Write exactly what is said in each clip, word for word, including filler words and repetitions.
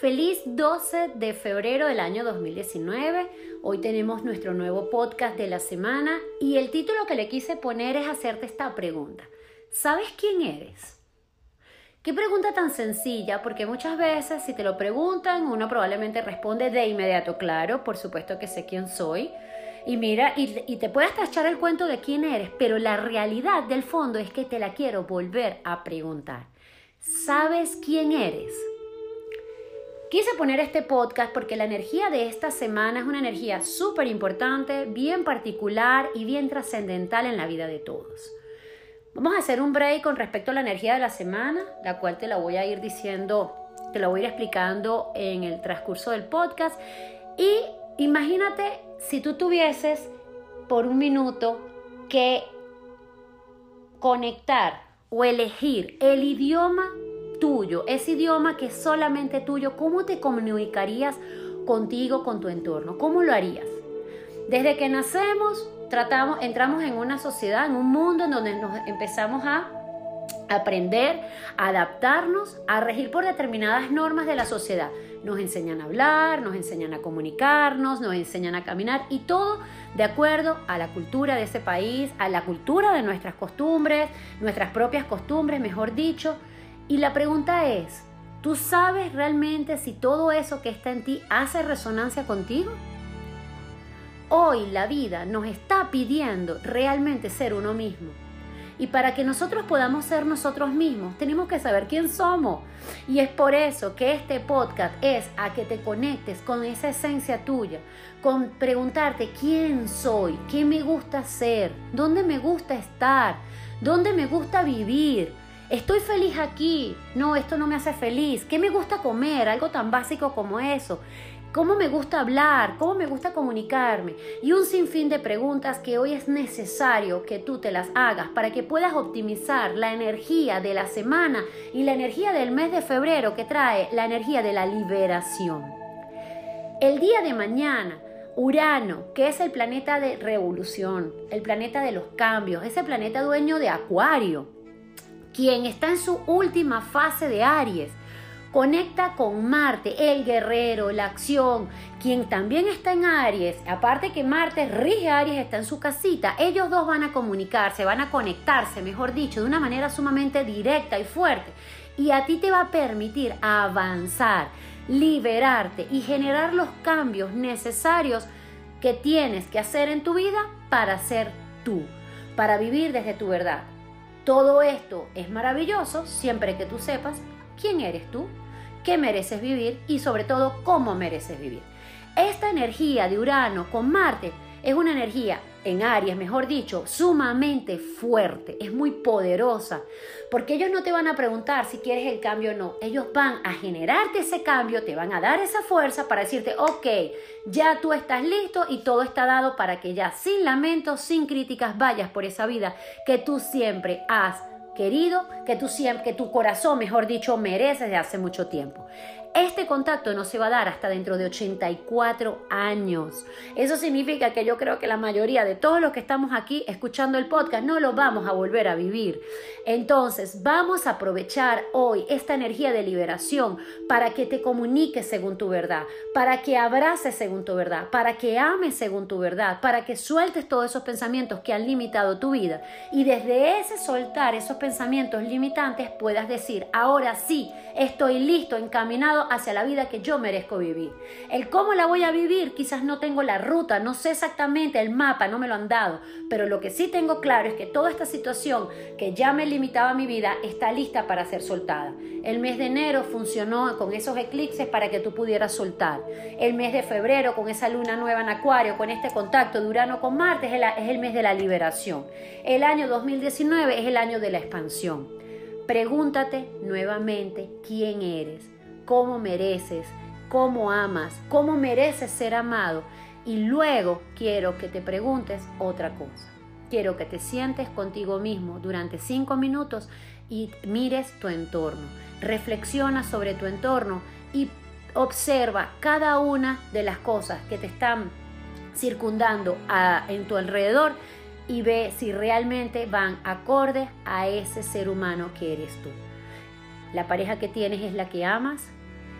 Feliz doce de febrero del año dos mil diecinueve. Hoy tenemos nuestro nuevo podcast de la semana y el título que le quise poner es hacerte esta pregunta. ¿Sabes quién eres? Qué pregunta tan sencilla, porque muchas veces si te lo preguntan uno probablemente responde de inmediato, claro, por supuesto que sé quién soy. Y mira, y, y te puedes echar el cuento de quién eres, pero la realidad del fondo es que te la quiero volver a preguntar. ¿Sabes quién eres? Quise poner este podcast porque la energía de esta semana es una energía súper importante, bien particular y bien trascendental en la vida de todos. Vamos a hacer un break con respecto a la energía de la semana, la cual te la voy a ir diciendo, te la voy a ir explicando en el transcurso del podcast. Y imagínate si tú tuvieses por un minuto que conectar o elegir el idioma tuyo, ese idioma que es solamente tuyo, ¿cómo te comunicarías contigo, con tu entorno? ¿Cómo lo harías? Desde que nacemos, tratamos, entramos en una sociedad, en un mundo en donde nos empezamos a aprender, a adaptarnos, a regir por determinadas normas de la sociedad. Nos enseñan a hablar, nos enseñan a comunicarnos, nos enseñan a caminar y todo de acuerdo a la cultura de ese país, a la cultura de nuestras costumbres, nuestras propias costumbres, mejor dicho. Y la pregunta es, ¿tú sabes realmente si todo eso que está en ti hace resonancia contigo? Hoy la vida nos está pidiendo realmente ser uno mismo. Y para que nosotros podamos ser nosotros mismos, tenemos que saber quién somos. Y es por eso que este podcast es a que te conectes con esa esencia tuya, con preguntarte quién soy, qué me gusta ser, dónde me gusta estar, dónde me gusta vivir. Estoy feliz aquí, no, esto no me hace feliz. ¿Qué me gusta comer? Algo tan básico como eso. ¿Cómo me gusta hablar? ¿Cómo me gusta comunicarme? Y un sinfín de preguntas que hoy es necesario que tú te las hagas para que puedas optimizar la energía de la semana y la energía del mes de febrero que trae la energía de la liberación. El día de mañana, Urano, que es el planeta de revolución, el planeta de los cambios, ese planeta dueño de Acuario, quien está en su última fase de Aries, conecta con Marte, el guerrero, la acción, quien también está en Aries. Aparte que Marte rige Aries, está en su casita. Ellos dos van a comunicarse, van a conectarse, mejor dicho, de una manera sumamente directa y fuerte. Y a ti te va a permitir avanzar, liberarte y generar los cambios necesarios que tienes que hacer en tu vida para ser tú, para vivir desde tu verdad. Todo esto es maravilloso siempre que tú sepas quién eres tú, qué mereces vivir y sobre todo cómo mereces vivir. Esta energía de Urano con Marte es una energía en Aries, mejor dicho, sumamente fuerte, es muy poderosa, porque ellos no te van a preguntar si quieres el cambio o no, ellos van a generarte ese cambio, te van a dar esa fuerza para decirte, ok, ya tú estás listo y todo está dado para que ya sin lamentos, sin críticas, vayas por esa vida que tú siempre has querido, que tú siempre, que tu corazón, mejor dicho, mereces de hace mucho tiempo. Este contacto no se va a dar hasta dentro de ochenta y cuatro años. Eso significa que yo creo que la mayoría de todos los que estamos aquí escuchando el podcast no lo vamos a volver a vivir. Entonces, vamos a aprovechar hoy esta energía de liberación para que te comuniques según tu verdad, para que abraces según tu verdad, para que ames según tu verdad, para que sueltes todos esos pensamientos que han limitado tu vida. Y desde ese soltar esos pensamientos limitantes puedas decir, ahora sí, estoy listo, encaminado hacia la vida que yo merezco vivir. El cómo la voy a vivir, quizás no tengo la ruta, no sé exactamente el mapa, no me lo han dado, pero lo que sí tengo claro es que toda esta situación que ya me limitaba mi vida está lista para ser soltada. El mes de enero funcionó con esos eclipses para que tú pudieras soltar. El mes de febrero con esa luna nueva en Acuario, con este contacto de Urano con Marte, es el, es el mes de la liberación. El año dos mil diecinueve es el año de la expansión. Pregúntate nuevamente quién eres, cómo mereces, cómo amas, cómo mereces ser amado. Y luego quiero que te preguntes otra cosa. Quiero que te sientes contigo mismo durante cinco minutos y mires tu entorno. Reflexiona sobre tu entorno y observa cada una de las cosas que te están circundando a, en tu alrededor y ve si realmente van acorde a ese ser humano que eres tú. La pareja que tienes es la que amas,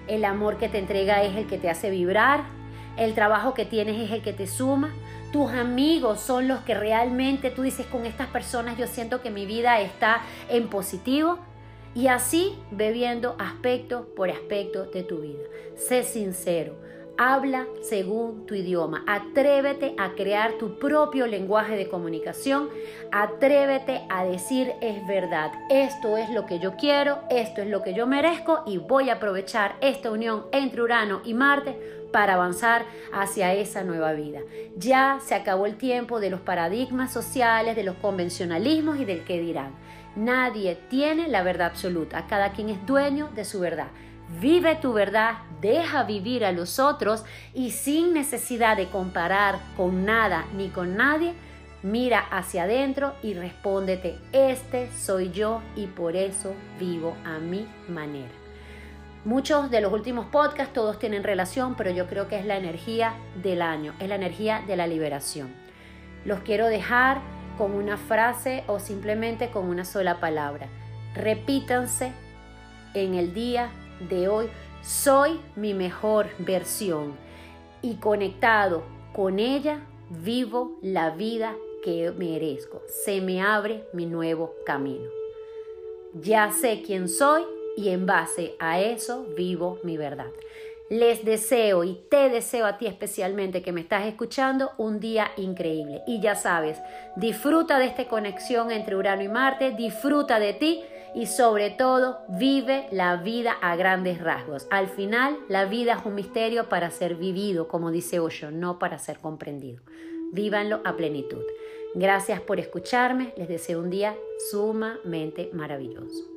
el amor que te entrega es el que te hace vibrar, el trabajo que tienes es el que te suma, tus amigos son los que realmente tú dices, con estas personas yo siento que mi vida está en positivo. Y así ve viendo aspecto por aspecto de tu vida. Sé sincero, habla según tu idioma, atrévete a crear tu propio lenguaje de comunicación, atrévete a decir es verdad, esto es lo que yo quiero, esto es lo que yo merezco y voy a aprovechar esta unión entre Urano y Marte para avanzar hacia esa nueva vida. Ya se acabó el tiempo de los paradigmas sociales, de los convencionalismos y del qué dirán. Nadie tiene la verdad absoluta, cada quien es dueño de su verdad. Vive tu verdad, deja vivir a los otros y sin necesidad de comparar con nada ni con nadie, mira hacia adentro y respóndete, este soy yo y por eso vivo a mi manera. Muchos de los últimos podcasts, todos tienen relación, pero yo creo que es la energía del año, es la energía de la liberación. Los quiero dejar con una frase o simplemente con una sola palabra. Repítanse en el día de hoy, soy mi mejor versión y conectado con ella vivo la vida que merezco. Se me abre mi nuevo camino. Ya sé quién soy y en base a eso vivo mi verdad. Les deseo y te deseo a ti especialmente que me estás escuchando un día increíble. Y ya sabes, disfruta de esta conexión entre Urano y Marte, disfruta de ti y sobre todo vive la vida a grandes rasgos. Al final, la vida es un misterio para ser vivido, como dice Osho, no para ser comprendido. Vívanlo a plenitud. Gracias por escucharme. Les deseo un día sumamente maravilloso.